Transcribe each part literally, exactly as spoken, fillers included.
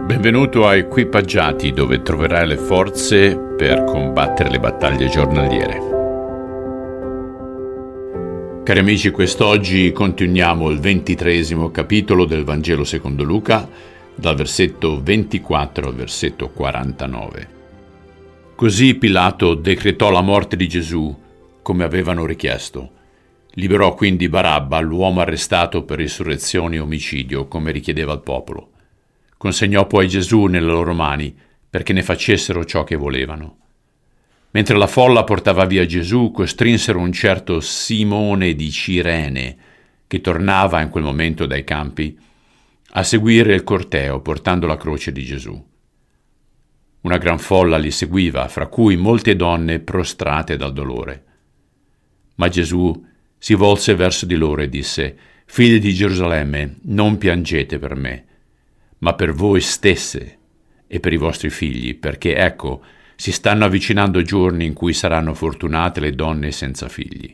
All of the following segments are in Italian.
Benvenuto a Equipaggiati, dove troverai le forze per combattere le battaglie giornaliere. Cari amici, quest'oggi continuiamo il ventitreesimo capitolo del Vangelo secondo Luca, dal versetto ventiquattro al versetto quarantanove. Così Pilato decretò la morte di Gesù, come avevano richiesto. Liberò quindi Barabba, l'uomo arrestato per insurrezione e omicidio, come richiedeva il popolo. Consegnò poi Gesù nelle loro mani, perché ne facessero ciò che volevano. Mentre la folla portava via Gesù, costrinsero un certo Simone di Cirene, che tornava in quel momento dai campi, a seguire il corteo portando la croce di Gesù. Una gran folla li seguiva, fra cui molte donne prostrate dal dolore. Ma Gesù si volse verso di loro e disse: «Figli di Gerusalemme, non piangete per me, ma per voi stesse e per i vostri figli, perché ecco, si stanno avvicinando giorni in cui saranno fortunate le donne senza figli.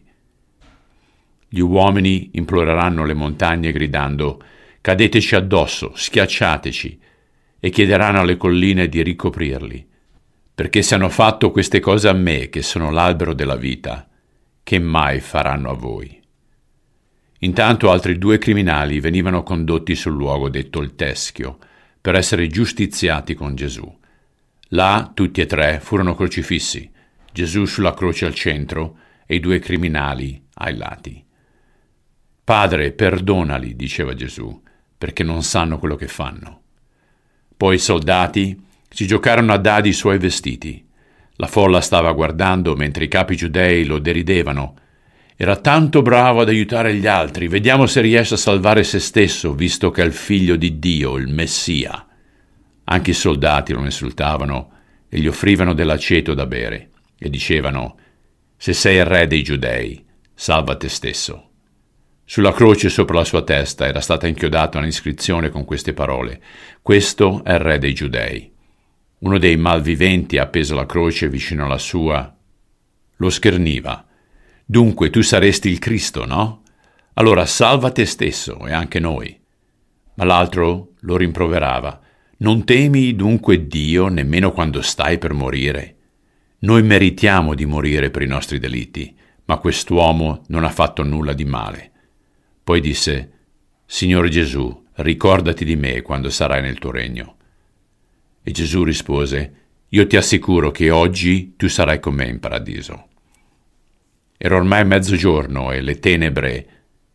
Gli uomini imploreranno le montagne gridando: cadeteci addosso, schiacciateci, e chiederanno alle colline di ricoprirli, perché se hanno fatto queste cose a me, che sono l'albero della vita, che mai faranno a voi?» Intanto altri due criminali venivano condotti sul luogo detto il Teschio, per essere giustiziati con Gesù. Là tutti e tre furono crocifissi, Gesù sulla croce al centro e i due criminali ai lati. «Padre, perdonali», diceva Gesù, «perché non sanno quello che fanno». Poi i soldati si giocarono a dadi i suoi vestiti. La folla stava guardando mentre i capi giudei lo deridevano. «Era tanto bravo ad aiutare gli altri, vediamo se riesce a salvare se stesso, visto che è il figlio di Dio, il Messia». Anche i soldati lo insultavano e gli offrivano dell'aceto da bere e dicevano: «Se sei il re dei giudei, salva te stesso». Sulla croce sopra la sua testa era stata inchiodata un'iscrizione con queste parole: «Questo è il re dei giudei». Uno dei malviventi, appeso alla croce vicino alla sua, lo scherniva: «Dunque tu saresti il Cristo, no? Allora salva te stesso e anche noi». Ma l'altro lo rimproverava: «Non temi dunque Dio nemmeno quando stai per morire? Noi meritiamo di morire per i nostri delitti, ma quest'uomo non ha fatto nulla di male». Poi disse: «Signore Gesù, ricordati di me quando sarai nel tuo regno». E Gesù rispose: «Io ti assicuro che oggi tu sarai con me in paradiso». Era ormai mezzogiorno e le tenebre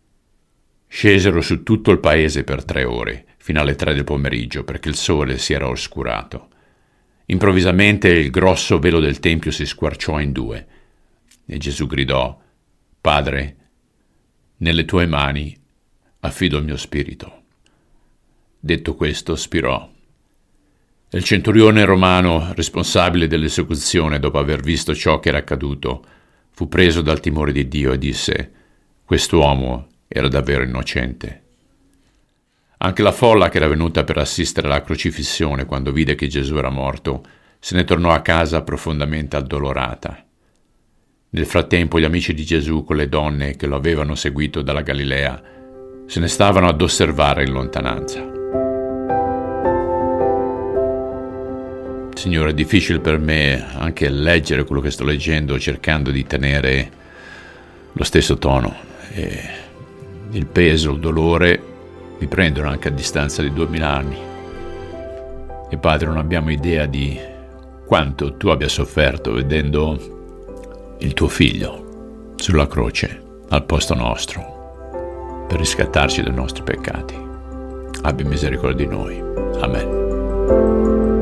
scesero su tutto il paese per tre ore, fino alle tre del pomeriggio, perché il sole si era oscurato. Improvvisamente il grosso velo del tempio si squarciò in due e Gesù gridò: «Padre, nelle tue mani affido il mio spirito». Detto questo, spirò. E il centurione romano, responsabile dell'esecuzione, dopo aver visto ciò che era accaduto, fu preso dal timore di Dio e disse: «Quest'uomo era davvero innocente». Anche la folla che era venuta per assistere alla crocifissione, quando vide che Gesù era morto, se ne tornò a casa profondamente addolorata. Nel frattempo gli amici di Gesù, con le donne che lo avevano seguito dalla Galilea, se ne stavano ad osservare in lontananza. Signore, è difficile per me anche leggere quello che sto leggendo, cercando di tenere lo stesso tono. E il peso, il dolore mi prendono anche a distanza di duemila anni. E Padre, non abbiamo idea di quanto tu abbia sofferto vedendo il tuo figlio sulla croce al posto nostro per riscattarci dai nostri peccati. Abbi misericordia di noi. Amen.